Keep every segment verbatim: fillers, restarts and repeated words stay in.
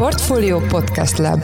Portfolio Podcast Lab.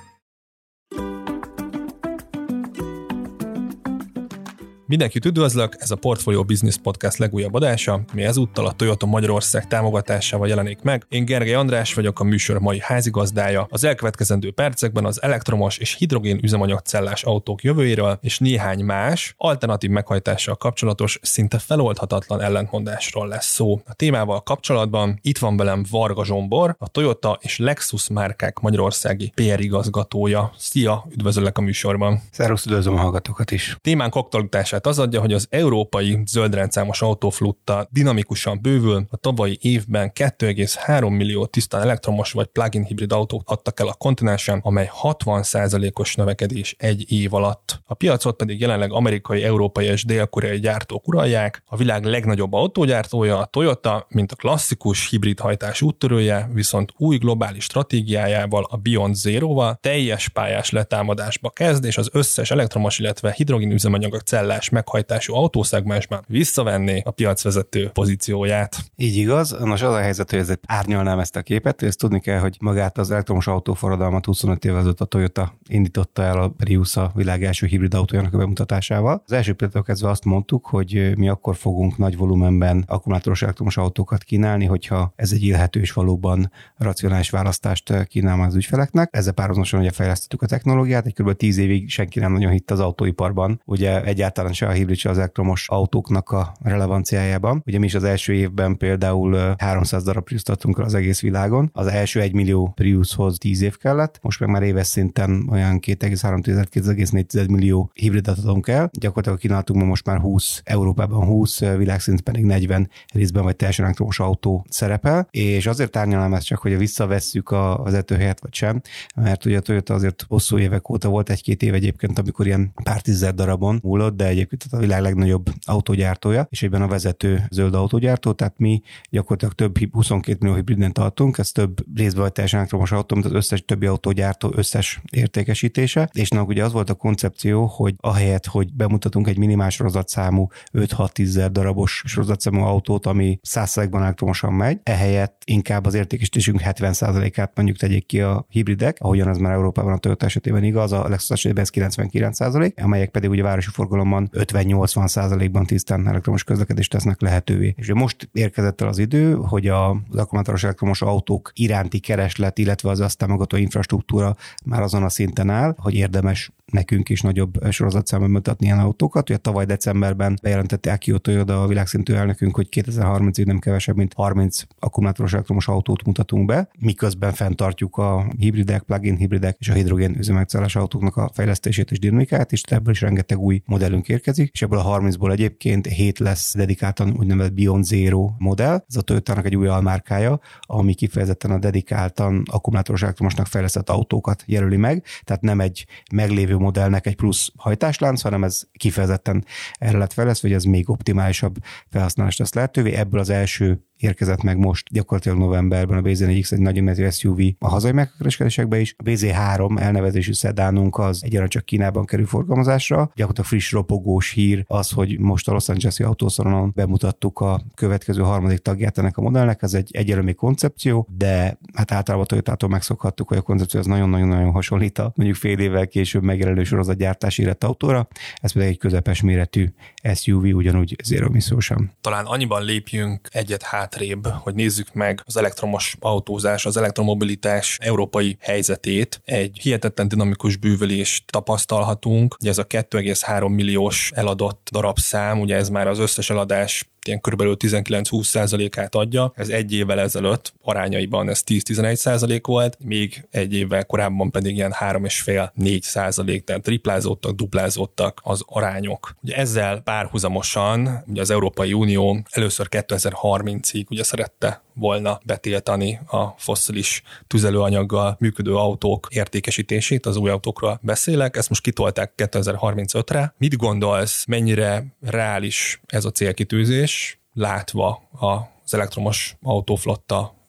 Mindenkit üdvözlök, ez a Portfolio Business Podcast legújabb adása, mi ezúttal a Toyota Magyarország támogatásával jelenik meg. Én Gergely András vagyok, a műsor mai házigazdája. Az elkövetkezendő percekben az elektromos és hidrogén üzemanyagcellás autók jövőjéről és néhány más alternatív meghajtással kapcsolatos, szinte feloldhatatlan ellentmondásról lesz szó. A témával kapcsolatban itt van velem Varga Zsombor, a Toyota és Lexus márkák magyarországi pé er igazgatója. Szia, üdvözöllek a műsorban. Szervusz, üdvözlöm a hallgatókat is. Témánk aktualitását az adja, hogy az európai zöldrendszámos autóflutta dinamikusan bővül. A tavalyi évben két egész három millió tisztán elektromos vagy plug-in hibrid autót adtak el a kontinensen, amely hatvan százalékos növekedés egy év alatt. A piacot pedig jelenleg amerikai, európai és dél-koreai gyártók uralják. A világ legnagyobb autógyártója, a Toyota, mint a klasszikus hibrid hajtás úttörője, viszont új globális stratégiájával, a Beyond Zero-val teljes pályás letámadásba kezd, és az összes elektromos, illetve hidrogén üzemanyag cellás meghajtású autószegmensben visszavenni a piacvezető pozícióját. Így igaz. Nos, az a helyzet, hogy ezért árnyalnám ezt a képet, ezt tudni kell, hogy magát az elektromos autóforradalmat huszonöt évvel ezelőtt a Toyota indította el a Prius a világ első hibrid autójának a bemutatásával. Az első például kezdve azt mondtuk, hogy mi akkor fogunk nagy volumenben akkumulátoros elektromos autókat kínálni, hogyha ez egy élhető és valóban racionális választást kínál az ügyfeleknek. Ezzel párhuzamosan ugye fejlesztettük a technológiát, egy kb. tíz évig senki nem nagyon hitt az autóiparban. Ugye egyáltalán se a hibrid, se az elektromos autóknak a relevanciájában. Ugye mi is az első évben például háromszáz darab Priust adtunk az egész világon. Az első egy millió Priushoz tíz év kellett, most meg már éves szinten olyan két egész három - két egész négy millió hibridet adunk el. Gyakorlatilag kínálatunk most már húsz, Európában húsz, világszinten pedig negyven részben vagy teljesen elektromos autó szerepel, és azért árnyalám ezt csak, hogy visszavesszük a vezetőhelyet vagy sem, mert ugye a Toyota azért hosszú évek óta volt egy-két év egyébként, amikor ilyen pár tízezer darabon múlott, de egyébként a világ legnagyobb autógyártója, és egyben a vezető zöld autógyártó, tehát mi gyakorlatilag több huszonkét millió hibriden tartunk, ez több részben vagy teljesen elektromos autó, mint az összes többi autógyártó összes értékesítése, és nálunk ugye az volt a koncepció, hogy ahelyett, hogy bemutatunk egy minimál sorozatszámú öt-hat-tízezer darabos sorozatszámú autót, ami száz százalékban elektromosan megy, ehelyett inkább az értékesítésünk hetven százalékát mondjuk tegyék ki a hibridek, ahogyan az már Európában a Toyota esetében igaz, a Lexus esetében ez kilencvenkilenc százalék, amelyek pedig ugye városi forgalomban ötven-nyolcvan százalékban tisztán elektromos közlekedést tesznek lehetővé. És most érkezett el az idő, hogy az akkumulátoros elektromos autók iránti kereslet, illetve az azt támogató infrastruktúra már azon a szinten áll, hogy érdemes nekünk is nagyobb sorozatszámban mutatni ilyen autókat. Ugye tavaly decemberben bejelentette Akio Toyoda, a világszintű elnökünk, hogy kétezer-harmincig nem kevesebb, mint harminc akkumulátoros elektromos autót mutatunk be, miközben fenntartjuk a hibridek, plug-in hibridek és a hidrogén üzemanyagcellás autóknak a fejlesztését és dinamikát, és ebből is rengeteg új modellünk érkezik, és ebből a harmincból egyébként hét lesz dedikáltan úgynevezett Beyond Zero modell. Ez a Toyotának egy új almárkája, ami kifejezetten a dedikáltan akkumulátoros elektromosnak fejlesztett autókat jelöli meg, tehát nem egy meglévő modellnek egy plusz hajtáslánc, hanem ez kifejezetten erre lett fejlesztve, hogy ez még optimálisabb felhasználást tesz lehetővé. Ebből az első érkezett meg most gyakorlatilag novemberben a bé zé négy iksz, egy nagyon méretű es u vé a hazai megkereskedésekbe is. A bé zé három elnevezésű szedánunk az egyaránt csak Kínában kerül forgalmazásra. Gyakorlatilag friss, ropogós hír az, hogy most a Los Angeles-i autószalonon bemutattuk a következő harmadik tagját ennek a modellnek. Ez egy egyelőre még koncepció, de hát általában a Toyotától megszokhattuk, hogy a koncepció az nagyon-nagyon-nagyon hasonlít a mondjuk fél évvel később megjelenő sorozatgyártási érett autóra. Ez pedig egy közepes méretű es u vé, ugyanúgy zero emissziósan. Talán annyiban lépjünk egyet hátrébb, hogy nézzük meg az elektromos autózás, az elektromobilitás európai helyzetét. Egy hihetetlen dinamikus bővülést tapasztalhatunk. Ugye ez a két egész három milliós eladott darabszám, ugye ez már az összes eladás ilyen körülbelül tizenkilenc-húsz százalékát adja. Ez egy évvel ezelőtt arányaiban ez tíz-tizenegy százalék volt, még egy évvel korábban pedig ilyen három egész öt négy százalék, tehát triplázódtak, duplázódtak az arányok. Ugye ezzel párhuzamosan ugye az Európai Unió először kétezer-harmincig ugye szerette volna betiltani a fosszilis tüzelőanyaggal működő autók értékesítését, az új autókról beszélek, ezt most kitolták kétezer-harmincötre. Mit gondolsz, mennyire reális ez a célkitűzés, látva az elektromos autóflotta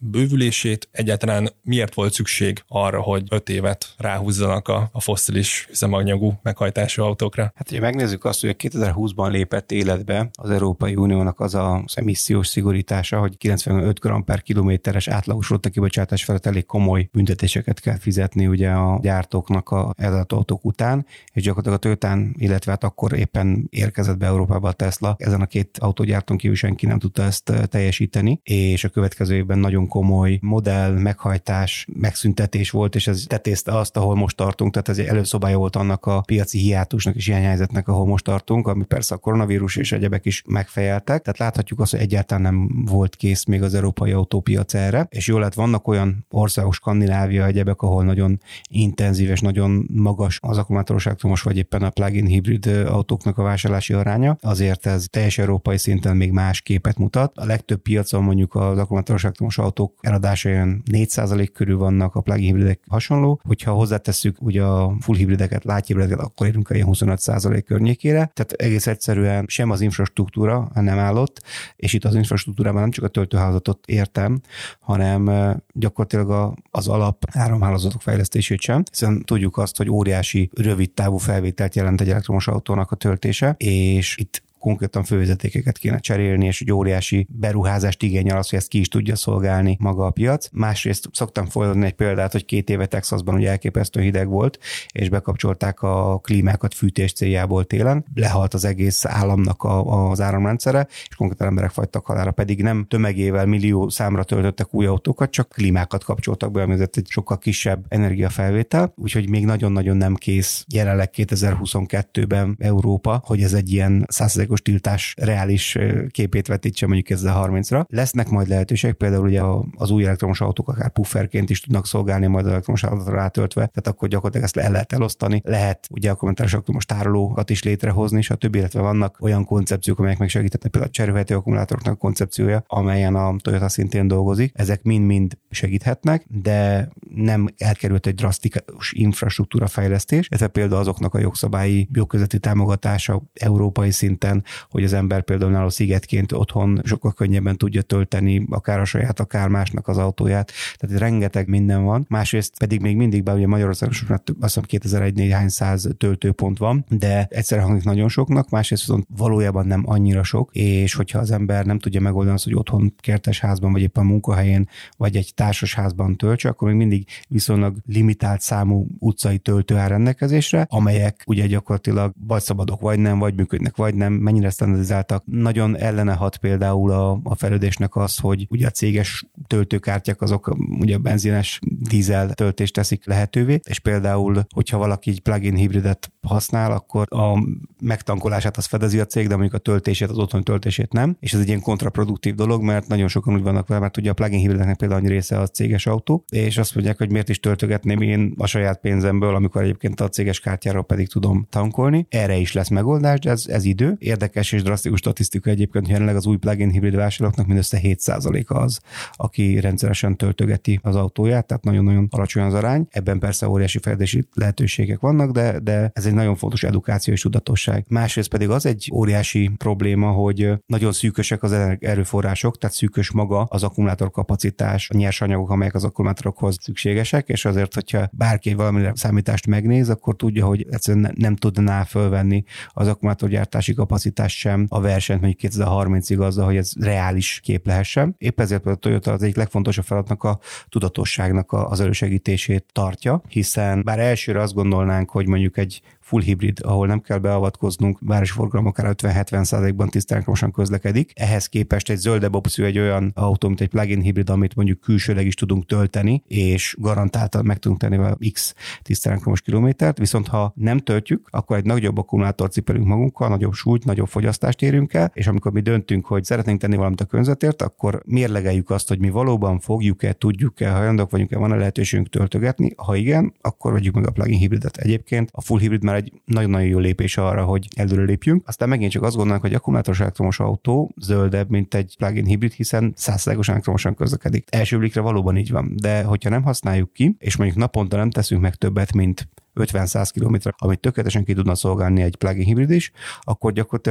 bővülését, egyáltalán miért volt szükség arra, hogy öt évet ráhúzzanak a, a fosszilis üzemanyagú meghajtású autókra? Hát, hogyha megnézzük azt, hogy kétezer-húszban lépett életbe az Európai Uniónak az a emissziós szigorítása, hogy kilencvenöt gram per kilométeres átlagos flotta kibocsátás felett elég komoly büntetéseket kell fizetni ugye a gyártóknak a autók után, és gyakorlatilag a Toyotán, illetve hát akkor éppen érkezett be Európába a Tesla, ezen a két autógyártón kívül senki nem tudta ezt teljesíteni, és a következő évben nagyon komoly modell, meghajtás, megszüntetés volt, és ez tetézte azt, ahol most tartunk, tehát ez egy előszobája volt annak a piaci hiátusnak és hiányhelyzetnek, ahol most tartunk, ami persze a koronavírus és egyebek is megfejeltek, tehát láthatjuk azt, hogy egyáltalán nem volt kész még az európai autópiac erre, és jól lett, vannak olyan országok, Skandinávia, egyebek, ahol nagyon intenzív és nagyon magas az akkumulátoros elektromos vagy éppen a plug-in hibrid autóknak a vásárlási aránya, azért ez teljes európai szinten még más képet mutat. A legtöbb piacon mondjuk az akkumulátoros elektromos autók eladása olyan négy százalék körül vannak, a plug-in hibridek hasonló. Hogyha hozzátesszük ugye a full hibrideket, light hibrideket, akkor érünk el ilyen huszonöt százalék környékére. Tehát egész egyszerűen sem az infrastruktúra nem állott, és itt az infrastruktúrában nem csak a töltőhálózatot értem, hanem gyakorlatilag az alap áramhálózatok fejlesztését sem, hiszen tudjuk azt, hogy óriási rövid távú felvételt jelent egy elektromos autónak a töltése, és itt konkrétan fővezetékeket kéne cserélni, és egy óriási beruházást igényel az, hogy ezt ki is tudja szolgálni maga a piac. Másrészt szoktam folytatni egy példát, hogy két éve Texasban ugye elképesztő hideg volt, és bekapcsolták a klímákat fűtés céljából télen. Lehalt az egész államnak a, az áramrendszere, és konkrétan emberek fagytak halálra, pedig nem tömegével millió számra töltöttek új autókat, csak klímákat kapcsoltak be, ami egy sokkal kisebb energiafelvétel, úgyhogy még nagyon-nagyon nem kész jelenleg kétezer-huszonkettőben Európa, hogy ez egy ilyen száz százalékos tiltás reális képét vetítse mondjuk kétezer-harmincra. Lesznek majd lehetőségek, például ugye az új elektromos autók akár pufferként is tudnak szolgálni majd az elektromos autóra rátöltve, tehát akkor gyakorlatilag ezt el lehet elosztani, lehet ugye akkumulátoros elektromos tárolókat is létrehozni, stb. Illetve vannak olyan koncepciók, amelyek megsegítetnek, például a cserélhető akkumulátoroknak a koncepciója, amelyen a Toyota szintén dolgozik. Ezek mind-mind segíthetnek, de nem elkerült egy drasztikus infrastruktúra fejlesztés, illetve például azoknak a jogszabályi jogközeti támogatása európai szinten, hogy az ember például nála szigetként otthon sokkal könnyebben tudja tölteni akár a saját, akár másnak az autóját. Tehát rengeteg minden van. Másrészt pedig még mindig, bár ugye Magyarországon azt hiszem kétezer-egy néhány száz töltőpont van, de egyszerre hangzik nagyon soknak, másrészt viszont valójában nem annyira sok, és hogyha az ember nem tudja megoldani azt, hogy otthon kertesházban, vagy éppen munkahelyén, vagy egy társasházban töltse, akkor még mindig viszonylag limitált számú utcai töltő áll rendelkezésre, amelyek ugye gyakorlatilag vagy szabadok, vagy nem, vagy működnek, vagy nem, mennyire standardizáltak. Nagyon ellene hat például a, a fejlődésnek az, hogy ugye a céges töltőkártyák azok ugye a benzines dízel töltést teszik lehetővé, és például, hogyha valaki egy plug-in hibridet használ, akkor a megtankolását az fedezi a cég, de mondjuk a töltését, az otthoni töltését nem, és ez egy ilyen kontraproduktív dolog, mert nagyon sokan úgy vannak vele, mert ugye a plug-in hibrideknek például annyi része a céges autó, és azt mondják, hogy miért is töltögetném én a saját pénzemből, amikor egyébként a céges kártyáról pedig tudom tankolni. Erre is lesz megoldás, de ez, ez idő. Érdekes és drasztikus statisztika egyébként, hogy jelenleg az új plug-in hibrid vásárlóknak mindössze hét százaléka az, aki rendszeresen töltögeti az autóját, tehát nagyon-nagyon alacsony az arány. Ebben persze óriási fejlesztési lehetőségek vannak, de, de ez egy nagyon fontos edukáció és tudatosság. Másrészt pedig az egy óriási probléma, hogy nagyon szűkösek az erőforrások, tehát szűkös maga az akkumulátor kapacitás, a nyersanyagok, amelyek az akkumulátorokhoz szükségesek, és azért, hogyha bárki valamire számítást megnéz, akkor tudja, hogy egyszerűen nem tudná fölvenni az akkumulátorgyártási kapacitás sem a versenyt mondjuk kétezer-harmincig azzal, hogy ez reális kép lehessen. Épp ezért a Toyota az egyik legfontosabb feladatnak a tudatosságnak az elősegítését tartja, hiszen bár elsőre azt gondolnánk, hogy mondjuk egy full hibrid, ahol nem kell beavatkoznunk, városi forgalom akár ötven-hetven százalékban tisztán elektromosan közlekedik. Ehhez képest egy zöldebb opció egy olyan autó, mint egy plug-in hibrid, amit mondjuk külsőleg is tudunk tölteni, és garantáltan meg tudunk tenni vele x tisztán elektromos kilométert, viszont ha nem töltjük, akkor egy nagyobb akkumulátort cipelünk magunkkal, nagyobb súlyt, nagyobb fogyasztást érünk el, és amikor mi döntünk, hogy szeretnénk tenni valamit a környezetért, akkor mérlegeljük azt, hogy mi valóban fogjuk-e, tudjuk-e, hajlandók vagyunk-e, van-e lehetőségünk töltögetni. Ha igen, akkor vegyük meg a plug-in hibridet. Egyébként a full hibrid már egy nagyon-nagyon jó lépés arra, hogy előre lépjünk. Aztán megint csak azt gondolnak, hogy akkumulátoros elektromos autó zöldebb, mint egy plug-in hibrid, hiszen száz százalékosan elektromosan közlekedik. Első blikre valóban így van, de hogyha nem használjuk ki, és mondjuk naponta nem teszünk meg többet, mint ötven-száz kilométer, amit tökéletesen ki tudna szolgálni egy plug-in hibrid is, akkor gyakorlatilag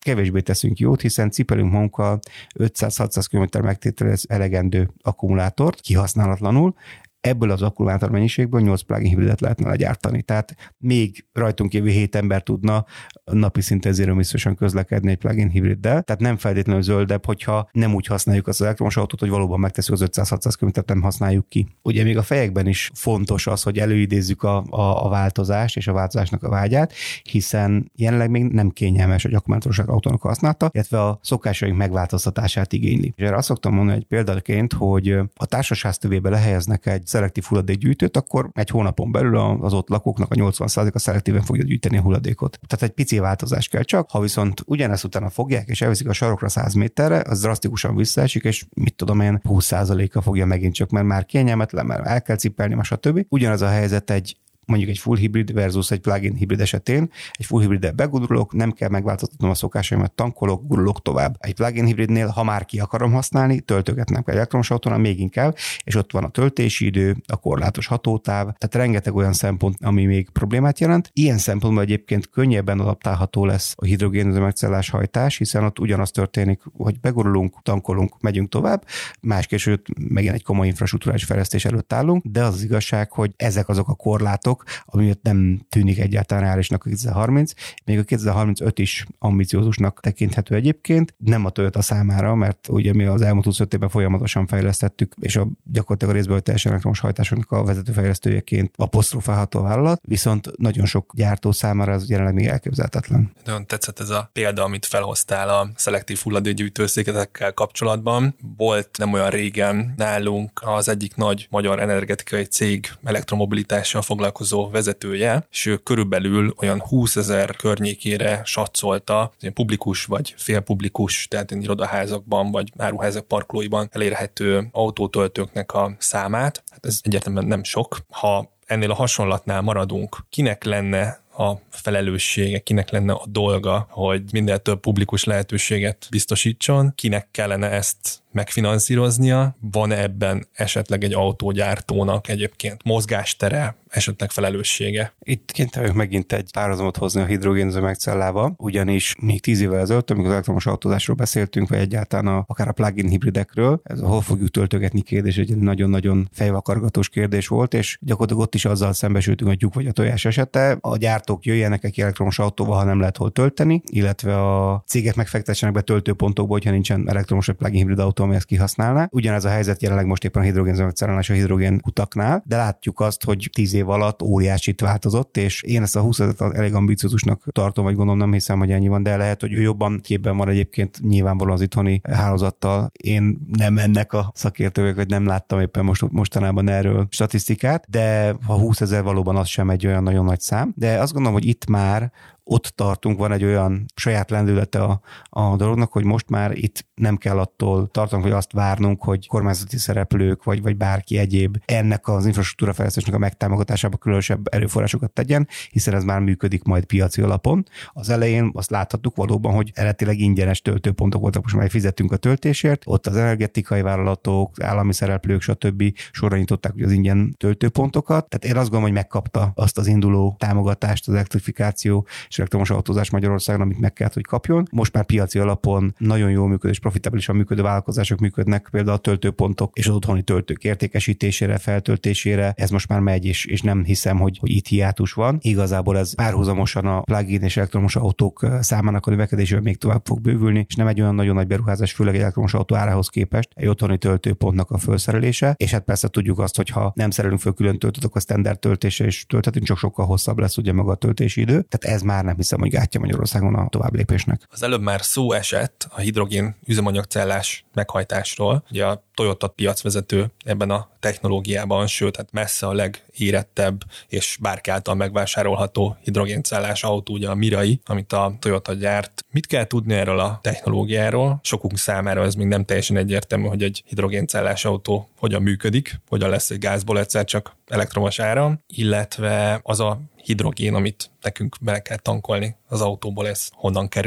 kevésbé teszünk jót, hiszen cipelünk magunkkal ötszáz-hatszáz kilométer megtételez elegendő akkumulátort kihasználatlanul, ebből az akkumulátor mennyiségből nyolc plug-in hibridet lehetne legyártani. Tehát még rajtunk kívül hét ember tudna napi szinten zero-emissziósan közlekedni egy plug-in hibriddel, tehát nem feltétlenül zöldebb, hogyha nem úgy használjuk az elektromos autót, hogy valóban megteszünk az ötszáz-hatszáz kilométert, nem használjuk ki. Ugye még a fejekben is fontos az, hogy előidézzük a, a, a változást és a változásnak a vágyát, hiszen jelenleg még nem kényelmes, hogy akkumulátoros autónak használta, illetve a szokásaink megváltoztatását igényli. És erre azt szoktam mondani egy példaként, hogy a társasház tövébe lehelyeznek egy szelektív hulladékgyűjtőt, akkor egy hónapon belül az ott lakóknak a nyolcvan százaléka szelektíven fogja gyűjteni a hulladékot. Tehát egy pici változás kell csak, ha viszont ugyanezt utána fogják és elviszik a sarokra száz méterre, az drasztikusan visszaesik, és mit tudom én, húsz százaléka fogja megint csak, mert már kényelmetlen, mert el kell cipelni, más stb. Ugyanaz a helyzet egy mondjuk egy full hibrid versus egy plug-in hibrid esetén. Egy full hibriddel begurulok, nem kell megváltoztatnom a szokásaimat, tankolok, gurulok tovább. Egy plug-in hibridnél, ha már ki akarom használni, töltögetnem kell elektromos autónál, még inkább, és ott van a töltési idő, a korlátos hatótáv, tehát rengeteg olyan szempont, ami még problémát jelent. Ilyen szempontból egyébként könnyebben adaptálható lesz a hidrogén üzemanyagcellás hajtás, hiszen ott ugyanaz történik, hogy begurulunk, tankolunk, megyünk tovább, más később megint egy komoly infrastruktúrális fejlesztés előtt állunk, de az, az igazság, hogy ezek azok a korlátok, ami nem tűnik egyáltalán reálisnak a kétezer-harminc, még a kétezer-harmincöt is ambiciózusnak tekinthető egyébként, nem a Toyota számára, mert ugye mi az elmúlt huszonöt évben folyamatosan fejlesztettük, és a gyakorlatilag a részből teljesen elektromos hajtásoknak a vezetőfejlesztőjeként apostrofálható vállalat, viszont nagyon sok gyártó számára ez jelenleg még elképzelhetetlen. Nagyon tetszett ez a példa, amit felhoztál a szelektív hulladékgyűjtőszéketekkel kapcsolatban. Volt nem olyan régen nálunk az egyik nagy magyar energetikai cég elektromobilitással foglalkozó vezetője, és ő körülbelül olyan húszezer környékére satszolta, ilyen publikus vagy félpublikus, tehát irodaházakban vagy áruházak parkolóiban elérhető autótöltőknek a számát. Hát ez egyértelműen nem sok. Ha ennél a hasonlatnál maradunk, kinek lenne a felelőssége, kinek lenne a dolga, hogy minél több publikus lehetőséget biztosítson, kinek kellene ezt megfinanszíroznia, van ebben esetleg egy autógyártónak egyébként mozgástere, esetleg felelőssége? Itt kénytelenek megint egy párhuzamot hozni a hidrogén üzemanyagcellával, ugyanis még tíz évvel ezelőtt, amikor az elektromos autózásról beszéltünk, vagy egyáltalán a, akár a plug-in hibridekről, ez a hol fogjuk töltögetni kérdés, egy nagyon-nagyon fejvakargatós kérdés volt, és gyakorlatilag ott is azzal szembesültünk a tyúk vagy a tojás esete. A gyártók jöjjenek egy elektromos autóval, ha nem lehet hol tölteni, illetve a cégek megfektessenek be töltőpontokba, hogyha nincsen elektromos vagy plug-in hibrid autó, ami ezt kihasználná. Ugyanez a helyzet jelenleg most éppen a hidrogén üzemanyagcellás a hidrogén utaknál, de látjuk azt, hogy tíz év alatt óriásit változott, és én ezt a húszat elég ambiciózusnak tartom, vagy gondolom, nem hiszem, hogy ennyi van, de lehet, hogy ő jobban képben van egyébként nyilvánvalóan az itthoni hálózattal. Én nem ennek a szakértők, vagy nem láttam éppen most, mostanában erről statisztikát, de ha húszezer valóban az sem egy olyan nagyon nagy szám, de azt gondolom, hogy itt már ott tartunk, van egy olyan saját lendülete a, a dolognak, hogy most már itt nem kell attól tartanunk, hogy azt várnunk, hogy kormányzati szereplők, vagy, vagy bárki egyéb ennek az infrastruktúra fejlesztésnek a megtámogatásába különösebb erőforrásokat tegyen, hiszen ez már működik majd piaci alapon. Az elején azt láthattuk valóban, hogy eredetileg ingyenes töltőpontok voltak, most már fizettünk a töltésért, ott az energetikai vállalatok, állami szereplők, stb. Sorra nyitották az ingyen töltőpontokat. Tehát én azt gondolom, hogy megkapta azt az induló támogatást az elektrifikáció és elektromos autózás Magyarországon, amit meg kellett, hogy kapjon. Most már piaci alapon nagyon jól működő és profitabilisan működő vállalkozások működnek, például a töltőpontok és az otthoni töltők értékesítésére, feltöltésére. Ez most már megy, és, és nem hiszem, hogy, hogy itt hiátus van. Igazából ez párhuzamosan a plug-in és elektromos autók számának a növekedésével még tovább fog bővülni, és nem egy olyan nagyon nagy beruházás, főleg egy elektromos autó árához képest, egy otthoni töltőpontnak a felszerelése. És hát persze tudjuk azt, hogy ha nem szerelünk föl külön töltőt, akkor a standard töltésre is tölthetünk, csak sokkal hosszabb lesz ugye maga a töltési idő. Tehát ez már nem hiszem, hogy gátja Magyarországon a tovább lépésnek. Az előbb már szó esett a hidrogén üzemanyagcellás meghajtásról. Ugye a Toyota piacvezető ebben a technológiában, sőt, hát messze a legérettebb és bárki által megvásárolható hidrogéncellás autó, ugye a Mirai, amit a Toyota gyárt. Mit kell tudni erről a technológiáról? Sokunk számára ez még nem teljesen egyértelmű, hogy egy hidrogéncellás autó hogyan működik, hogyan lesz egy gázból egyszer csak elektromos áram, illetve az a hidrogén, amit nekünk bele kell tankolni az autóból, ez honnan kerül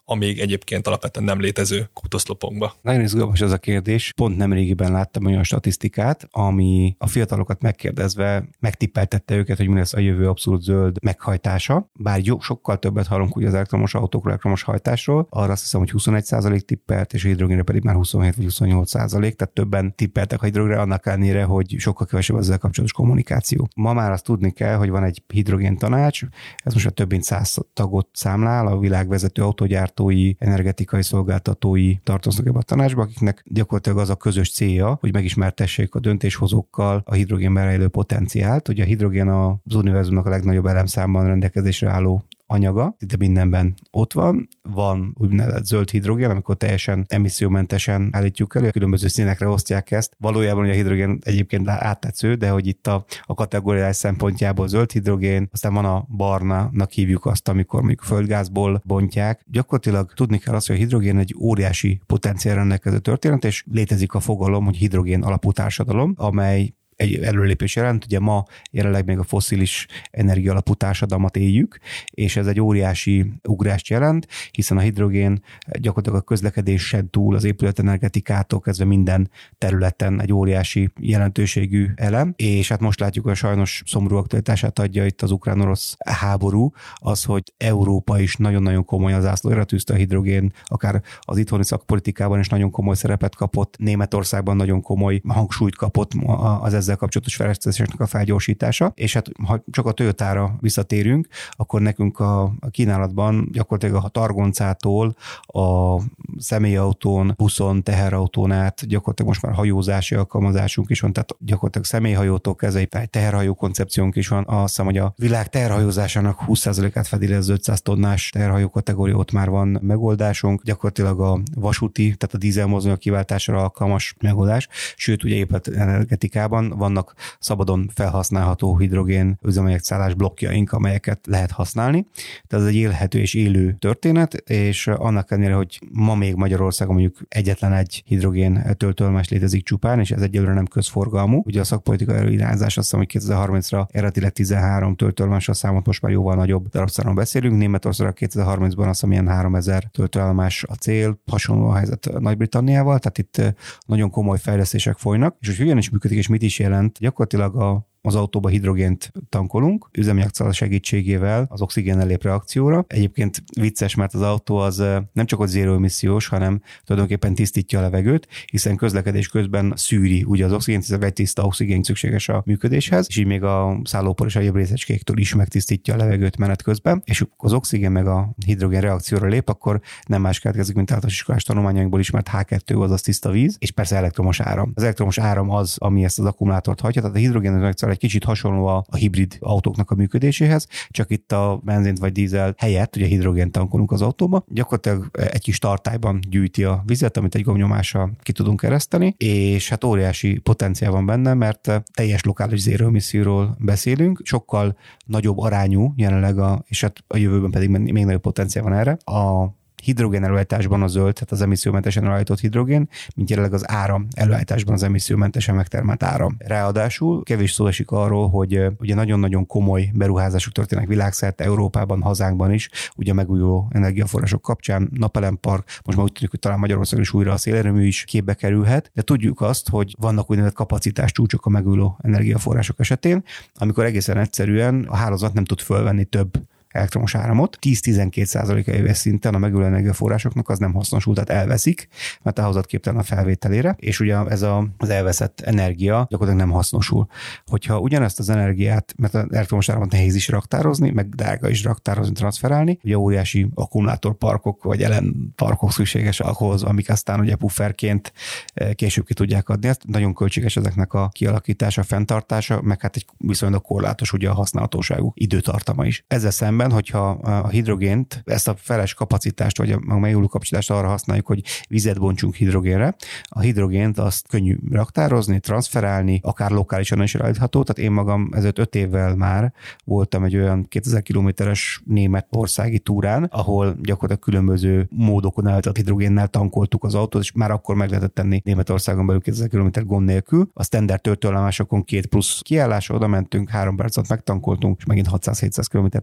a még egyébként alapvetően nem létező kútoszlopokba. Nagyon izgalmas ez a kérdés. Pont nemrégiben láttam olyan statisztikát, ami a fiatalokat megkérdezve megtippeltette őket, hogy mi lesz a jövő abszolút zöld meghajtása. Bár jó, sokkal többet hallunk ugye az elektromos autókról, elektromos hajtásról. Arra azt hiszem, hogy huszonegy százalék tippelt, és a hidrogénre pedig már huszonhét vagy huszonnyolc százalék, tehát többen tippeltek a hidrogénre, annak ellenére, hogy sokkal kevesebb ezzel kapcsolatos kommunikáció. Ma már azt tudni kell, hogy van egy hidrogén tanács, ez most a több mint száz tagot számlál, a világ vezető autógyártói, energetikai szolgáltatói tartoznak ebbe a tanácsba, akiknek gyakorlatilag az a közös célja, hogy megismertessék a döntéshozókkal a hidrogénben rejlő potenciált. Ugye a hidrogén az univerzumnak a legnagyobb elemszámban rendelkezésre álló anyaga, de mindenben ott van. Van úgynevezett zöld hidrogén, amikor teljesen emissziómentesen állítjuk elő, különböző színekre osztják ezt. Valójában ugye a hidrogén egyébként áttetsző, de hogy itt a, a kategóriás szempontjából zöld hidrogén, aztán van a barnának hívjuk azt, amikor mondjuk földgázból bontják. Gyakorlatilag tudni kell azt, hogy a hidrogén egy óriási potenciál rendelkező történet, és létezik a fogalom, hogy hidrogén alapú társadalom, amely egy előrelépés jelent. Ugye ma jelenleg még a fosszilis energia alapú társadalmat éljük, és ez egy óriási ugrást jelent, hiszen a hidrogén gyakorlatilag a közlekedésen túl, az épületenergetikától kezdve minden területen egy óriási jelentőségű elem, és hát most látjuk, hogy sajnos szomorú aktualitását adja itt az ukrán-orosz háború, az, hogy Európa is nagyon-nagyon komoly az zászlóra tűzte a hidrogén, akár az itthoni szakpolitikában is nagyon komoly szerepet kapott, Németországban nagyon komoly hangsúlyt kapott az ezzel kapcsolatos fejlesztéseknek a felgyorsítása, és hát ha csak a Toyotára visszatérünk, akkor nekünk a, a kínálatban gyakorlatilag a targoncától a személyautón, buszon, teherautón át gyakorlatilag most már hajózási alkalmazásunk is van, tehát gyakorlatilag személyhajótól kezdve egy teherhajó koncepciónk is van. Azt hiszem, hogy a világ teherhajózásának húsz százalékát fedi le az ötszáz tonnás teherhajó kategória, ott már van megoldásunk, gyakorlatilag a vasúti, tehát a dízelmozdonyok kiváltásra alkalmas megoldás, sőt ugye épület energetikában vannak szabadon felhasználható hidrogén üzemanyagszállás blokkjaink, amelyeket lehet használni. Tehát ez egy élhető és élő történet, és annak ellenére, hogy ma még Magyarországon mondjuk egyetlen egy hidrogén töltőállomás létezik csupán, és ez egyelőre nem közforgalmú. Ugye a szakpolitikai előirányzás azt hiszem, hogy kétezer-harmincra eredetileg tizenhárom töltőállomásra számot, most már jóval nagyobb darabszámon beszélünk. Németországra kétezer-harmincban azt hiszem ilyen háromezer töltőállomás a cél, hasonló a helyzet Nagy-Britanniával, tehát itt nagyon komoly fejlesztések folynak, és hogy hogyan is működik, és mit is jelent, gyakorlatilag a az autóba hidrogént tankolunk, üzemanyagszállás segítségével az oxigénnel lép reakcióra. Egyébként vicces, mert az autó az nem csak ott zéró emissziós, hanem tulajdonképpen tisztítja a levegőt, hiszen közlekedés közben szűri ugye az oxigént, hiszen egy tiszta oxigén szükséges a működéshez, és így még a szállópor és a egyéb részecskéktől is megtisztítja a levegőt menet közben, és az oxigén meg a hidrogén reakcióra lép, akkor nem más keletkezik, mint általános iskolás tanulmányainkból ismert há kettő, azaz tiszta víz, és persze elektromos áram. Az elektromos áram az, ami ezt az akkumulátort hajtja, tehát a hidrogén egy kicsit hasonló a, a hibrid autóknak a működéséhez, csak itt a benzint vagy dízel helyett ugye hidrogén tankolunk az autóba. Gyakorlatilag egy kis tartályban gyűjti a vizet, amit egy gombnyomással ki tudunk ereszteni, és hát óriási potenciál van benne, mert teljes lokális zéró emisszióról beszélünk, sokkal nagyobb arányú jelenleg, a, és hát a jövőben pedig még nagyobb potenciál van erre. A hidrogén előállításban a zöld, tehát az emissziómentesen előállított hidrogén, mint jelenleg az áram előállításban az emissziómentesen megtermelt áram. Ráadásul kevés szó esik arról, hogy ugye nagyon-nagyon komoly beruházások történnek világszerte, Európában, hazánkban is, ugye megújuló energiaforrások kapcsán, napelempark, most már úgy tűnik, hogy talán Magyarországon is újra a szélerőmű is képbe kerülhet, de tudjuk azt, hogy vannak úgynevezett kapacitás csúcsok a megújuló energiaforrások esetén, amikor egészen egyszerűen a hálózat nem tud fölvenni több elektromos áramot. tíz-tizenkét százaléka éves szinten a megújuló energiaforrásoknak az nem hasznosul, tehát elveszik, mert a hálózat képtelen a felvételére, és ugye ez a, az elveszett energia gyakorlatilag nem hasznosul. Hogyha ugyanezt az energiát, mert az elektromos áramot nehéz is raktározni, meg drága is raktározni, transferálni, ugye óriási akkumulátorparkok vagy elemparkok szükséges ahhoz, amik aztán ugye pufferként később ki tudják adni. Ezt nagyon költséges ezeknek a kialakítása, fenntartása, meg hát egy viszonylag korlátos ugye a használhatóságú időtartama is. Ezzel szemben, hogyha a hidrogént, ezt a feles kapacitást, vagy a megújuló kapacitást arra használjuk, hogy vizet bontsunk hidrogénre, a hidrogént azt könnyű raktározni, transferálni, akár lokálisan is állítható. Tehát én magam ezelőtt öt évvel már voltam egy olyan kétezer kilométeres németországi túrán, ahol gyakorlatilag különböző módokon állított hidrogénnel tankoltuk az autót, és már akkor meg lehetett tenni Németországon belül kétezer kilométer gond nélkül. A standard töltőállomásokon két plusz kiállásra oda mentünk, három percet megtankoltunk, és megint hatszáz-hétszáz kilométert mehettünk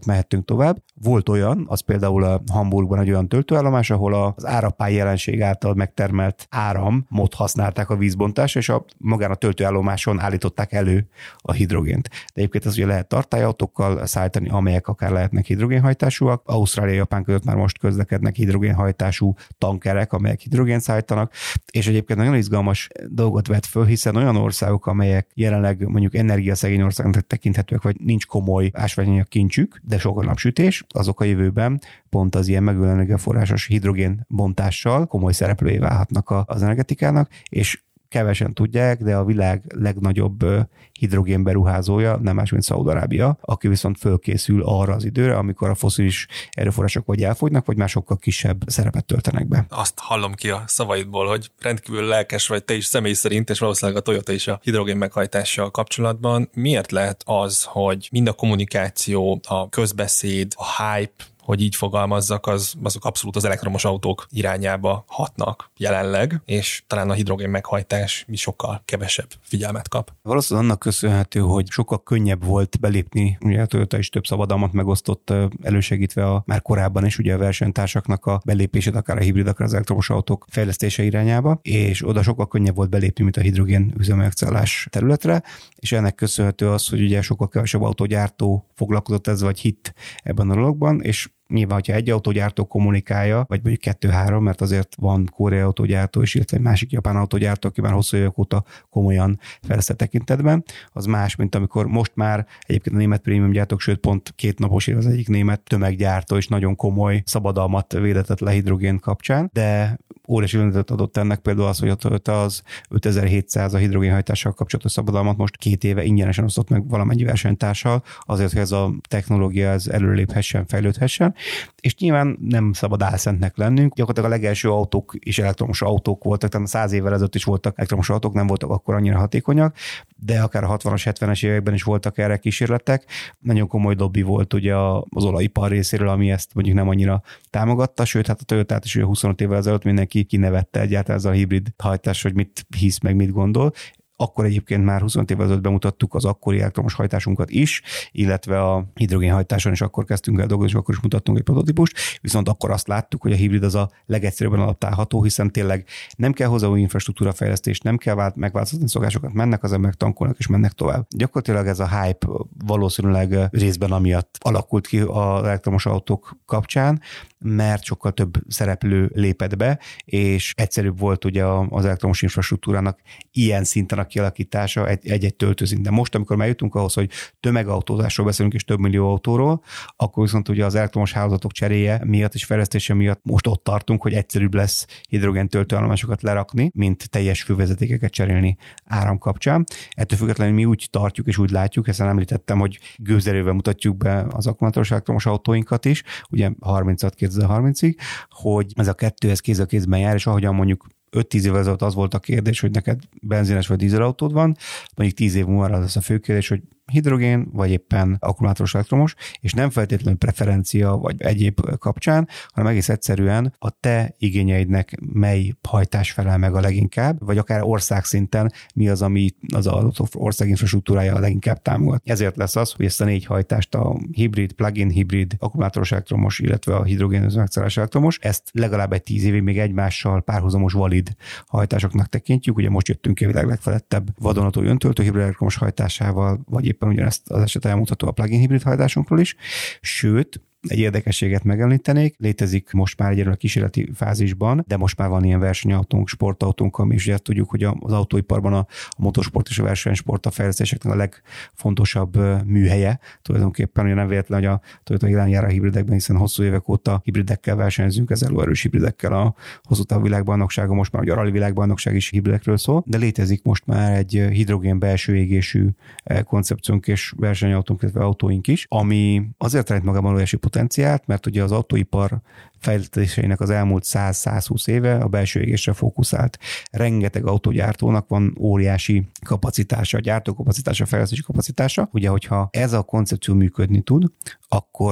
tovább. Volt olyan, az például a Hamburgban egy olyan töltőállomás, ahol az árapály jelenség által megtermelt áramot használták a vízbontásra, és a, magán a töltőállomáson állították elő a hidrogént. De egyébként ez ugye lehet tartályautókkal szállítani, amelyek akár lehetnek hidrogénhajtásúak. Ausztrália és Japán között már most közlekednek hidrogénhajtású tankerek, amelyek hidrogént szállítanak, és egyébként nagyon izgalmas dolgot vet föl, hiszen olyan országok, amelyek jelenleg mondjuk energiaszegény országnak tekinthetőek, vagy nincs komoly ásványanyag kincsük, de sok a napsütés, azok a jövőben pont az ilyen megújuló energiaforrásos hidrogén bontással komoly szereplői válhatnak az energetikának, és kevesen tudják, de a világ legnagyobb hidrogén beruházója nem más, mint Szaúd-Arábia, aki viszont fölkészül arra az időre, amikor a fosszilis erőforrások vagy elfogynak, vagy már sokkal kisebb szerepet töltenek be. Azt hallom ki a szavaidból, hogy rendkívül lelkes vagy te is személy szerint, és valószínűleg a Toyota is a hidrogén meghajtással kapcsolatban. Miért lehet az, hogy mind a kommunikáció, a közbeszéd, a hype, hogy így fogalmazzak, az, azok abszolút az elektromos autók irányába hatnak jelenleg, és talán a hidrogén meghajtás is sokkal kevesebb figyelmet kap. Valószínűleg annak köszönhető, hogy sokkal könnyebb volt belépni, ugye a Toyota is több szabadalmat megosztott, elősegítve a már korábban is ugye a versenytársaknak a belépését, akár a hibrid, akár az elektromos autók fejlesztése irányába, és oda sokkal könnyebb volt belépni, mint a hidrogén üzemanyagcellás területre, és ennek köszönhető az, hogy ugye sokkal kevesebb autógyártó foglalkozott ezzel, vagy hitt ebben a dologban, és nyilván, hogyha egy autógyártó kommunikálja, vagy mondjuk kettő-három, mert azért van koreai autógyártó is, illetve egy másik japán autógyártó, aki már hosszú évek óta komolyan fejlesztett tekintetben, az más, mint amikor most már egyébként a német prémium gyártók, sőt pont két napos év az egyik német tömeggyártó is nagyon komoly szabadalmat védetett le hidrogén kapcsán, de óriási lendületet adott ennek például az, hogy a Toyota az ötezer-hétszáz a hidrogénhajtással kapcsolatos szabadalmat most két éve ingyenesen osztott meg valamennyi versenytársal, azért, hogy ez a technológia ez előléphessen, fejlődhessen, és nyilván nem szabad álszentnek lennünk. Gyakorlatilag a legelső autók is elektromos autók voltak, tehát száz évvel ezelőtt is voltak elektromos autók, nem voltak akkor annyira hatékonyak, de akár a hatvanas, hetvenes években is voltak erre kísérletek. Nagyon komoly lobby volt ugye az olajipar részéről, ami ezt mondjuk nem annyira támogatta, sőt, hát a Toyotát is ugye huszonöt évvel ezelőtt mindenki kinevette egyáltalán ez a hibrid hajtás, hogy mit hisz, meg mit gondol. Akkor egyébként már huszonöt évvel ezelőtt bemutattuk az akkori elektromos hajtásunkat is, illetve a hidrogénhajtáson is akkor kezdtünk el dolgozni, és akkor is mutattunk egy prototípust, viszont akkor azt láttuk, hogy a hibrid az a legegyszerűbben adaptálható, hiszen tényleg nem kell hozzá új infrastruktúra fejlesztés, nem kell vált, megváltoztatni szokásokat, mennek az emberek, tankolnak és mennek tovább. Gyakorlatilag ez a hype valószínűleg részben amiatt alakult ki az elektromos autók kapcsán, mert sokkal több szereplő lépett be, és egyszerűbb volt ugye az elektromos infrastruktúrának ilyen szinten a kialakítása egy-egy töltőszint. De most, amikor eljutunk ahhoz, hogy tömegautózásról beszélünk és több millió autóról, akkor viszont ugye az elektromos hálózatok cseréje miatt és fejlesztése miatt most ott tartunk, hogy egyszerűbb lesz hidrogén töltőállomásokat lerakni, mint teljes fővezetékeket cserélni áram kapcsán. Ettől függetlenül mi úgy tartjuk és úgy látjuk, hiszen említettem, hogy gőzerővel mutatjuk be az akkumulátoros elektromos autóinkat is, ugye harminchat kétezer-harmincig, hogy ez a kettő ez kéz a kézben jár, és ahogyan mondjuk öt-tíz évvel ezelőtt az volt a kérdés, hogy neked benzines vagy dízelautód van, mondjuk tíz év múlva az a fő kérdés, hogy hidrogén, vagy éppen akkumulátoros elektromos, és nem feltétlenül preferencia, vagy egyéb kapcsán, hanem egész egyszerűen a te igényeidnek mely hajtás felel meg a leginkább, vagy akár országszinten mi az, ami az adott ország infrastruktúrája a leginkább támogat. Ezért lesz az, hogy ezt a négy hajtást, a hibrid, plug-in hibrid, akkumulátoros elektromos, illetve a hidrogén üzemanyagcellás elektromos, ezt legalább egy tíz évig még egymással párhuzamos valid hajtásoknak tekintjük. Ugye most jöttünk ki a világ legfelettebb vadonatúj öntöltő hibrid elektromos hajtásával, vagy éppen ugyanezt az eset elmutató a plug-in hibrid hajtásunkról is, sőt, egy érdekességet megemlítenék, létezik most már egyelőre kísérleti fázisban, de most már van ilyen versenyautónk, sportautónk, ami is ugye tudjuk, hogy az autóiparban a, a motorsport és a versenysport a fejlesztéseknek a legfontosabb műhelye. Tulajdonképpen ugye nem véletlen, hogy a Toyota élen jár a hibridekben, hiszen hosszú évek óta hibridekkel versenyzünk, ez előerős hibridekkel a hosszú távú világbajnoksága, most már ugye a rally világbajnokság is hibridekről szól, de létezik most már egy hidrogén belső égésű koncepciónk és versenyautónk, illetve autóink is, ami azért rejt magában óriási potenciált, mert ugye az autóipar fejlesztéseinek az elmúlt száz-százhúsz éve a belső égésre fókuszált. Rengeteg autógyártónak van óriási kapacitása, a gyártókapacitása, a fejlesztési kapacitása. Ugye, hogyha ez a koncepció működni tud, akkor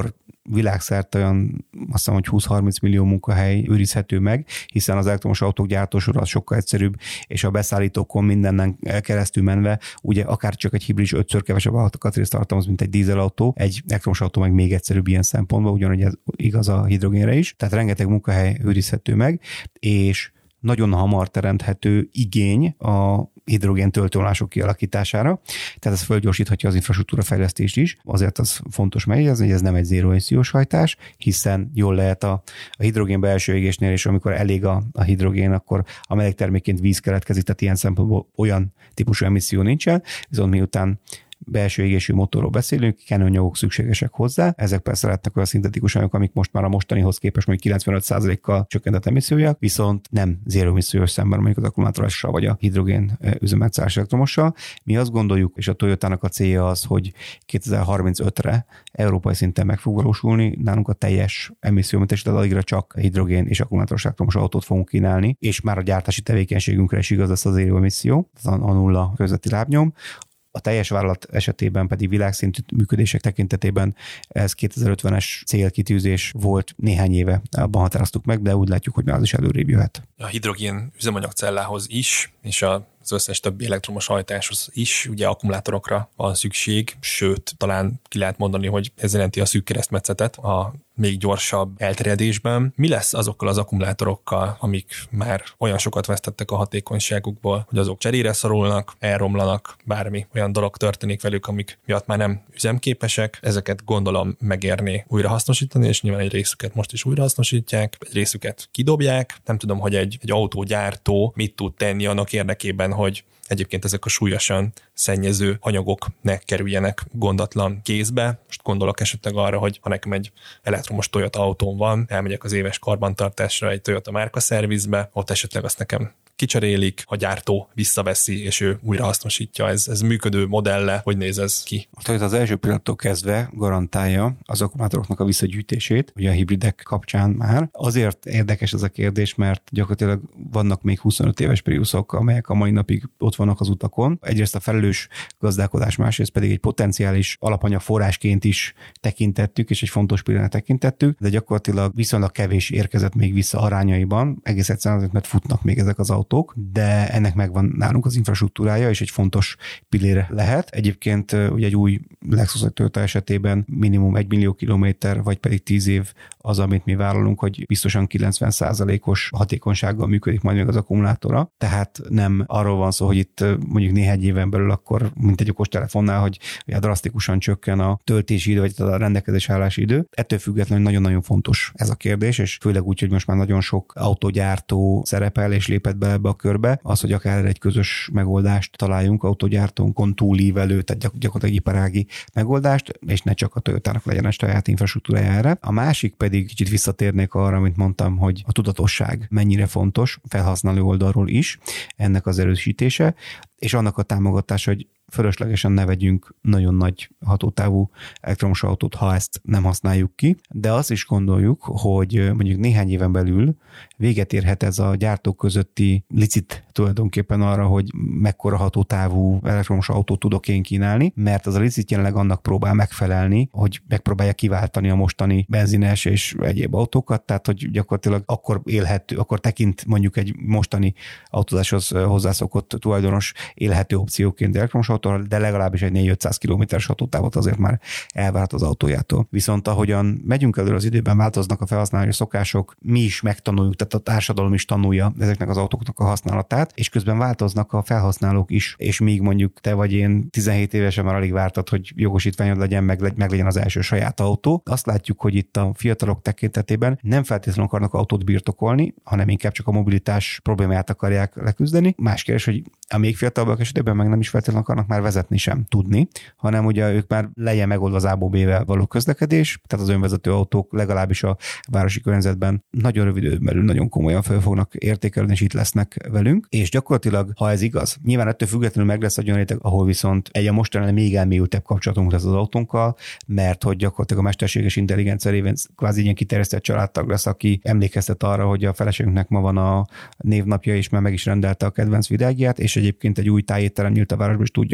világszerte olyan azt hiszem, hogy húsz-harminc millió munkahely őrizhető meg, hiszen az elektromos autók gyártósora az sokkal egyszerűbb, és a beszállítókon mindennen keresztül menve, ugye akár csak egy hibrid ötször kevesebb alkatrészt tartalmaz, mint egy dízelautó, egy elektromos autó meg még egyszerűbb ilyen szempontból, ugyanúgy ez igaz a hidrogénre is. Tehát rengeteg munkahely őrizhető meg, és nagyon hamar teremthető igény a hidrogén töltőállomások kialakítására, tehát ez fölgyorsíthatja az infrastruktúra fejlesztést is. Azért az fontos megjegyezni, hogy ez nem egy zéró emissziós hajtás, hiszen jól lehet a, a hidrogén belső égésnél, és amikor elég a, a hidrogén, akkor a melegtermékként víz keletkezik, tehát ilyen szempontból olyan típusú emisszió nincsen, viszont miután belső égésű motorról beszélünk, kenőanyagok szükségesek hozzá. Ezek persze lehetnek olyan szintetikus anyagok, amik most már a mostanihoz képest mondjuk kilencvenöt százalékkal csökkentett emissziójak, viszont nem zéró emissziós szemben mondjuk az akkumulátorossal vagy a hidrogén üzemanyagszállás elektromossal. Mi azt gondoljuk, és a Toyotának a célja az, hogy kétezer-harmincötre európai szinten meg fog valósulni, nálunk a teljes emissziómentes, tehát addigra csak hidrogén és akkumulátoros elektromos autót fogunk kínálni, és már a gyártási tevékenységünkre is igaz lesz az zéró emisszió, a nulla közötti lábnyom. A teljes vállalat esetében pedig világszintű működések tekintetében ez kétezer-ötvenes célkitűzés volt, néhány éve abban határoztuk meg, de úgy látjuk, hogy már az is előrébb jöhet. A hidrogén üzemanyagcellához is, és a az összes többi elektromos hajtáshoz is, ugye akkumulátorokra van szükség, sőt, talán ki lehet mondani, hogy ez jelenti a szűk keresztmetszetet a még gyorsabb elterjedésben. Mi lesz azokkal az akkumulátorokkal, amik már olyan sokat vesztettek a hatékonyságukból, hogy azok cserére szorulnak, elromlanak, bármi olyan dolog történik velük, amik miatt már nem üzemképesek. Ezeket gondolom megérni újrahasznosítani, és nyilván egy részüket most is újrahasznosítják, egy részüket kidobják. Nem tudom, hogy egy, egy autógyártó mit tud tenni annak érdekében, hogy egyébként ezek a súlyosan szennyező anyagok ne kerüljenek gondatlan kézbe. Most gondolok esetleg arra, hogy ha nekem egy elektromos Toyota autóm van, elmegyek az éves karbantartásra egy Toyota márka szervizbe, ott esetleg azt nekem kicserélik, a gyártó visszaveszi, és ő újrahasznosítja. Ez, ez működő modelle, hogy néz ez ki? A Toyota az első pillanattól kezdve garantálja az akkumulátoroknak a visszagyűjtését, ugye a hibridek kapcsán már. Azért érdekes ez a kérdés, mert gyakorlatilag vannak még huszonöt éves Priusok, amelyek a mai napig ott vannak az utakon. Egyrészt a felelős gazdálkodás, másrészt pedig egy potenciális alapanyag forrásként is tekintettük, és egy fontos pillanat tekintettük, de gyakorlatilag viszonylag kevés érkezett még vissza arányaiban, egész egyszerűen azért, mert futnak még ezek az autók, de ennek megvan nálunk az infrastruktúrája, és egy fontos pillére lehet. Egyébként ugye egy új Lexus Toyota esetében minimum egy millió kilométer, vagy pedig tíz év az, amit mi vállalunk, hogy biztosan kilencven százalékos hatékonysággal működik majd még az akkumulátora. Tehát nem arról van szó, hogy itt mondjuk néhány éven belül akkor, mint egy okostelefonnál, hogy drasztikusan csökken a töltési idő, vagy a rendelkezés állási idő. Ettől függetlenül nagyon-nagyon fontos ez a kérdés, és főleg úgy, hogy most már nagyon sok autógyártó szerepel és lépett be ebbe a körbe, az, hogy akár egy közös megoldást találjunk autógyártónkon túlívelő, tehát gyak- gyakorlatilag iparági megoldást, és ne csak a Toyotának legyen a saját infrastruktúrája erre. A másik pedig kicsit visszatérnék arra, amit mondtam, hogy a tudatosság mennyire fontos felhasználó oldalról is, ennek az erősítése, és annak a támogatása, hogy fölöslegesen ne vegyünk nagyon nagy hatótávú elektromos autót, ha ezt nem használjuk ki, de azt is gondoljuk, hogy mondjuk néhány éven belül véget érhet ez a gyártók közötti licit tulajdonképpen arra, hogy mekkora hatótávú elektromos autót tudok én kínálni, mert az a licit jelenleg annak próbál megfelelni, hogy megpróbálja kiváltani a mostani benzines és egyéb autókat, tehát hogy gyakorlatilag akkor élhető, akkor tekint mondjuk egy mostani autózáshoz hozzászokott tulajdonos élhető opcióként elektromos autó, de legalábbis egy négy-ötszáz kilométeres hatótávot azért már elvárt az autójától. Viszont ahogyan megyünk előre az időben, változnak a felhasználási szokások, mi is megtanuljuk, tehát a társadalom is tanulja ezeknek az autóknak a használatát, és közben változnak a felhasználók is, és míg mondjuk te vagy én tizenhét évesen már alig vártad, hogy jogosítványod legyen, meg, meg legyen az első saját autó. Azt látjuk, hogy itt a fiatalok tekintetében nem feltétlenül akarnak autót birtokolni, hanem inkább csak a mobilitás problémáját akarják leküzdeni. Más kérdés, hogy a még fiatalabbak esetében meg nem is feltétlenül akarnak már vezetni sem tudni, hanem ugye ők már legyen megoldva az á bé-vel való közlekedés, tehát az önvezető autók legalábbis a városi környezetben nagyon rövid időn belül nagyon komolyan fel fognak értékelni, és itt lesznek velünk, és gyakorlatilag, ha ez igaz, nyilván ettől függetlenül meg lesz egy olyan réteg, ahol viszont egy a mostanában még elmélyültebb kapcsolatunk lesz az autónkkal, mert hogy gyakorlatilag a mesterséges intelligencia révén kvázi ilyen kiterjesztett családtag lesz, aki emlékeztet arra, hogy a feleségünknek ma van a névnapja, és már meg is rendelte a kedvenc vidágját, és egyébként egy új tájétterem nyílt a városban, és tudja,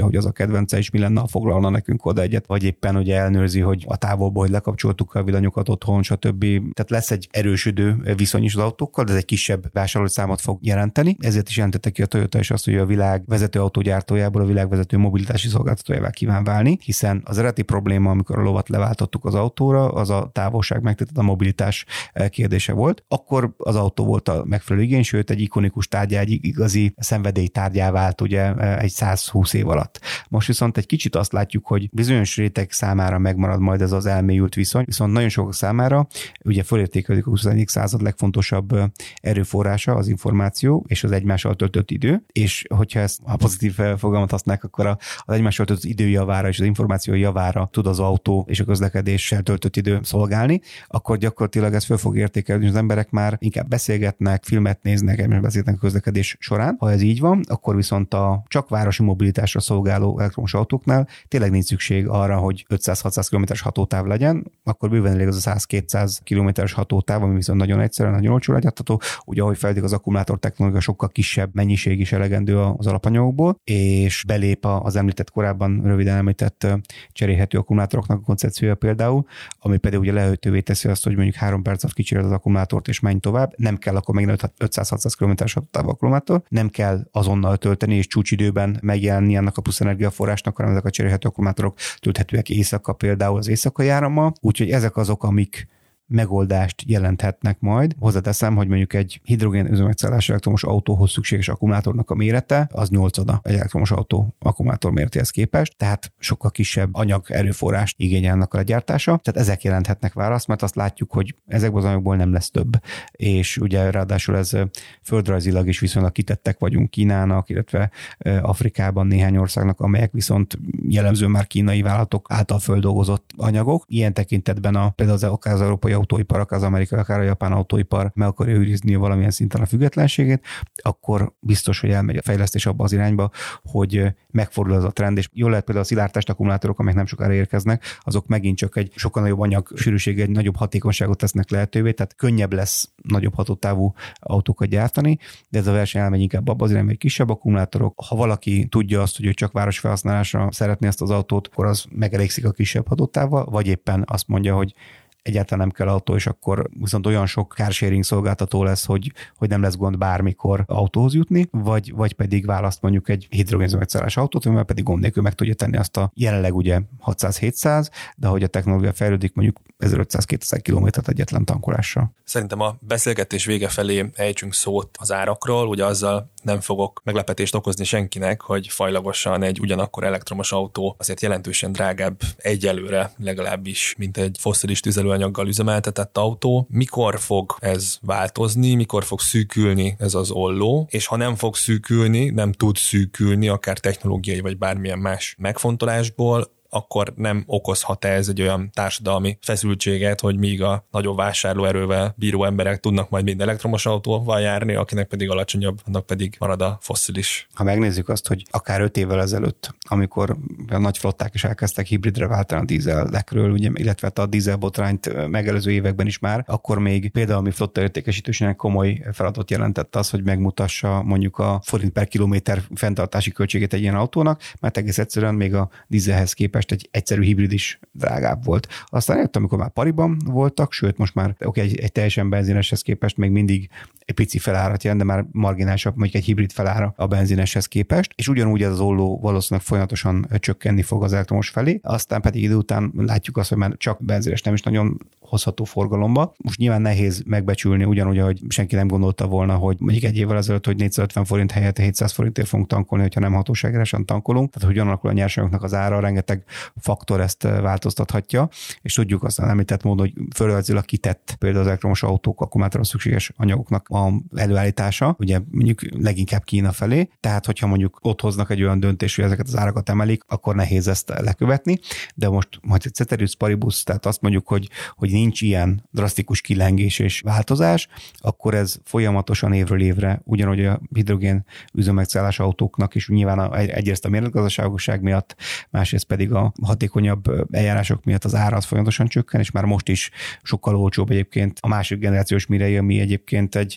tudja, hogy az a kedvence, és mi lenne, ha foglalna nekünk oda egyet, vagy éppen ugye elnőrzi, hogy a távolból, hogy lekapcsoltuk a villanyokat otthon, stb. Tehát lesz egy erősödő viszony is az autókkal, de ez egy kisebb vásárlószámot fog jelenteni. Ezért is jelentette ki a Toyota is azt, hogy a világ vezető autógyártójából a világ vezető mobilitási szolgáltatójává kíván válni, hiszen az eredeti probléma, amikor a lovat leváltottuk az autóra, az a távolság meg, tehát a mobilitás kérdése volt. Akkor az autó volt a megfelelő igény, sőt egy ikonikus tárgyá, egy igazi szenvedélytárgyá vált ugye egy száz húsz év alatt. Most viszont egy kicsit azt látjuk, hogy bizonyos réteg számára megmarad majd ez az elmélyült viszony, viszont nagyon sokak számára ugye fölértékelődik a huszonegyedik század legfontosabb erőforrása az információ és az egymással töltött idő, és hogyha ezt a pozitív fogalmat használják, akkor az egymással töltött idő javára és az információ javára tud az autó és a közlekedéssel töltött idő szolgálni, akkor gyakorlatilag ez föl fog értékelni, az emberek már inkább beszélgetnek, filmet néznek, egymással beszélnek a közlekedés során. Ha ez így van, akkor viszont a csak városi mobilitásra szolgáló elektromos autóknál tényleg nincs szükség arra, hogy ötszáz-hatszáz kilométeres hatótáv legyen, akkor bőven elég az a száz-kétszáz kilométeres hatótáv, ami viszont nagyon egyszerűen, nagyon olcsó legyártható. Ugye, ahogy fejlődik az akkumulátor technológia, sokkal kisebb mennyiség is elegendő az alapanyagokból, és belép az említett korábban röviden említett cserélhető akkumulátoroknak a koncepciója például, ami pedig ugye lehetővé teszi azt, hogy mondjuk három perc alatt kicseréled az akkumulátort és menj tovább. Nem kell akkor megint ötszáz-hatszáz kilométeres hatótáv akkumulátor, nem kell azonnal tölteni és csúcsidőben megjelenni ennek a plusz energiaforrásnak, hanem ezek a cserélhető akkumulátorok tölthetőek éjszaka például az éjszakai árammal. Úgyhogy ezek azok, amik megoldást jelenthetnek majd. Hozzáteszem, hogy mondjuk egy hidrogén üzemanyagcellás elektromos autóhoz szükséges akkumulátornak a mérete az nyolcada egy elektromos autó akkumulátor méretéhez képest, tehát sokkal kisebb anyag erőforrást igényelnek a legyártása. Tehát ezek jelenthetnek választ, mert azt látjuk, hogy ezekből az anyagból nem lesz több. És ugye ráadásul ez földrajzilag is viszonylag kitettek vagyunk Kínának, illetve Afrikában néhány országnak, amelyek viszont jellemzően már kínai vállalatok által földolgozott anyagok. Ilyen tekintetben a, például az, akár az európai autóipar, akár az amerikai, akár a japán autóipar meg akarja őrizni valamilyen szinten a függetlenségét, akkor biztos, hogy elmegy a fejlesztés abba az irányba, hogy megfordul ez a trend, és jól lehet például a szilárdtest akkumulátorok, amelyek nem sokára érkeznek, azok megint csak egy sokkal nagyobb anyag sűrűség, egy nagyobb hatékonyságot tesznek lehetővé, tehát könnyebb lesz nagyobb hatótávú autókat gyártani, de ez a verseny elmegy inkább abba az irányba, hogy kisebb akkumulátorok. Ha valaki tudja azt, hogy csak város felhasználásra szeretné ezt az autót, akkor az megelégszik a kisebb hatótávval, vagy éppen azt mondja, hogy egyáltalán nem kell autó, és akkor viszont olyan sok carsharing szolgáltató lesz, hogy, hogy nem lesz gond bármikor autóhoz jutni, vagy, vagy pedig választ mondjuk egy hidrogénüzemanyagcellás autót, amivel pedig gond nélkül meg tudja tenni azt a jelenleg ugye hatszáz-hétszáz, de hogy a technológia fejlődik, mondjuk ezerötszáz-kétezer kilométert egyetlen tankolással. Szerintem a beszélgetés vége felé ejtsünk szót az árakról, ugye azzal nem fogok meglepetést okozni senkinek, hogy fajlagosan egy ugyanakkor elektromos autó azért jelentősen drágább egyelőre legalábbis, mint egy fosszilis tüzelőanyaggal üzemeltetett autó. Mikor fog ez változni, mikor fog szűkülni ez az olló, és ha nem fog szűkülni, nem tud szűkülni, akár technológiai vagy bármilyen más megfontolásból, akkor nem okozhat ez egy olyan társadalmi feszültséget, hogy míg a nagyobb vásárlóerővel bíró emberek tudnak majd mind elektromos autóval járni, akinek pedig alacsonyabb, annak pedig marad a fosszilis. Ha megnézzük azt, hogy akár öt évvel ezelőtt, amikor a nagy flották is elkezdtek hibridre váltani a dízelekről, ugye, illetve a dízelbotrányt megelőző években is már, akkor még például a mi flotta értékesítősének komoly feladat jelentett az, hogy megmutassa mondjuk a forint per kilométer fenntartási költségét egy ilyen autónak, mert egész egyszerűen még a dízelhez képest egy egyszerű hibrid is drágább volt. Aztán jött, amikor már pariban voltak, sőt most már oké, egy, egy teljesen benzineshez képest még mindig egy pici felárat jelent, de már marginálisabb, mondjuk egy hibrid felára a benzineshez képest, és ugyanúgy ez az olló valószínűleg folyamatosan csökkenni fog az elektromos felé, aztán pedig idő után látjuk azt, hogy már csak benzines nem is nagyon hozható forgalomba. Most nyilván nehéz megbecsülni, ugyanúgy, hogy senki nem gondolta volna, hogy mondjuk egy évvel ezelőtt, hogy négyszázötven forint helyett hétszáz forintért fogunk tankolni, hogyha nem hatóságáresen tankolunk. Tehát, hogy ugyanakkor a nyersanyagoknak az ára, rengeteg faktor ezt változtathatja, és tudjuk aztán említett módon, hogy földrajzilag kitett például az elektromos autók akkumulátorra szükséges anyagoknak a előállítása, ugye mondjuk leginkább Kína felé, tehát hogyha mondjuk ott hoznak egy olyan döntést, hogy ezeket az árakat emelik, akkor nehéz ezt lekövetni, de most, hogy egy ceteris paribus, tehát azt mondjuk, hogy, hogy nincs ilyen drasztikus kilengés és változás, akkor ez folyamatosan évről évre, ugyanúgy a hidrogén üzemanyagcellás autóknak is nyilván egyrészt a mérnökgazdaságosság miatt, másrészt pedig a hatékonyabb eljárások miatt az ára az folyamatosan csökken, és már most is sokkal olcsóbb egyébként a másik generációs Mirai, ami egyébként egy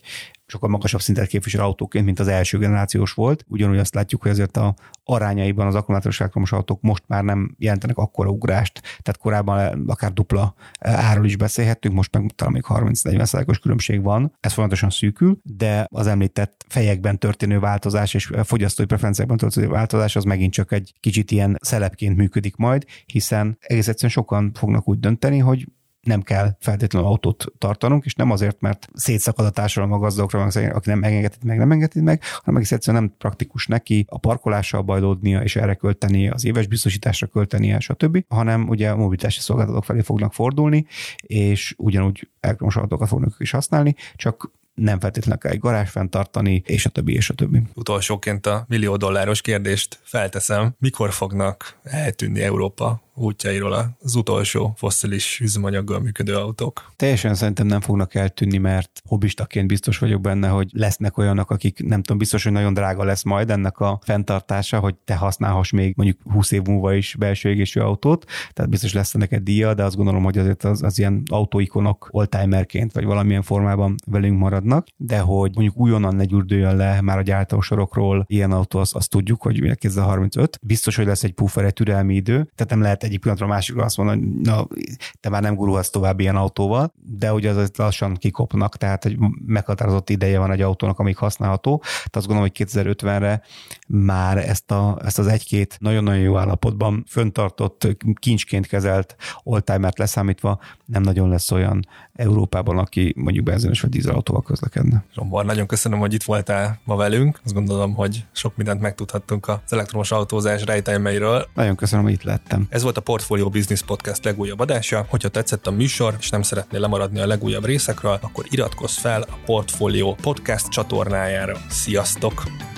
sokkal magasabb szintet képvisel autóként, mint az első generációs volt. Ugyanúgy azt látjuk, hogy azért a arányaiban az akkumulátoros elektromos autók most már nem jelentenek akkora ugrást, tehát korábban akár dupla árról is beszélhettünk, most meg talán még harminc-negyven százalékos különbség van. Ez folyamatosan szűkül, de az említett fejekben történő változás és fogyasztói preferenciákban történő változás az megint csak egy kicsit ilyen szelepként működik majd, hiszen egész egyszerűen sokan fognak úgy dönteni, hogy nem kell feltétlenül autót tartanunk, és nem azért, mert szétszakad a társadalom a gazdagokra, aki nem engedheti meg, nem engedheti meg, hanem egész egyszerűen nem praktikus neki a parkolással bajlódnia, és erre költeni, az éves biztosításra költenie, stb., hanem ugye a mobilitási szolgáltatók felé fognak fordulni, és ugyanúgy elektromos autókat fognak is használni, csak nem feltétlenül kell egy garázs fenntartani, és a többi, és a többi. Utolsóként a millió dolláros kérdést felteszem. Mikor fognak eltűnni Európa útjairól az utolsó fosszilis üzemanyaggal működő autók? Teljesen szerintem nem fognak eltűnni, mert hobbistaként biztos vagyok benne, hogy lesznek olyanok, akik nem tudom, biztos, hogy nagyon drága lesz majd ennek a fenntartása, hogy te használhass még mondjuk húsz év múlva is belső égésű autót, tehát biztos lesz neked díja, de azt gondolom, hogy azért az, az ilyen autóikonok oldtimerként vagy valamilyen formában velünk maradnak, de hogy mondjuk újonnan ne gyűrdüljön le már a gyártósorokról ilyen autó, azt, azt tudjuk, hogy kétezer-harmincöt. Biztos, hogy lesz egy puffer, egy türelmi idő, tehát nem lehet egyik pillanatra a másikra azt mondani, hogy na, te már nem gurulhatsz tovább ilyen autóval, de ugye az lassan kikopnak, tehát egy meghatározott ideje van egy autónak, amíg használható. Tehát azt gondolom, hogy kétezer-ötvenre már ezt, a, ezt az egy-két nagyon-nagyon jó állapotban föntartott, kincsként kezelt oldtimert leszámítva nem nagyon lesz olyan Európában, aki mondjuk benzines vagy dízelautóval közlekedne. Zsombor, nagyon köszönöm, hogy itt voltál ma velünk. Azt gondolom, hogy sok mindent megtudhattunk az elektromos autózás rejtelmeiről. Nagyon köszönöm, hogy itt lettem. Ez volt a Portfolio Business Podcast legújabb adása. Hogyha tetszett a műsor, és nem szeretnél lemaradni a legújabb részekről, akkor iratkozz fel a Portfolio Podcast csatornájára. Sziasztok!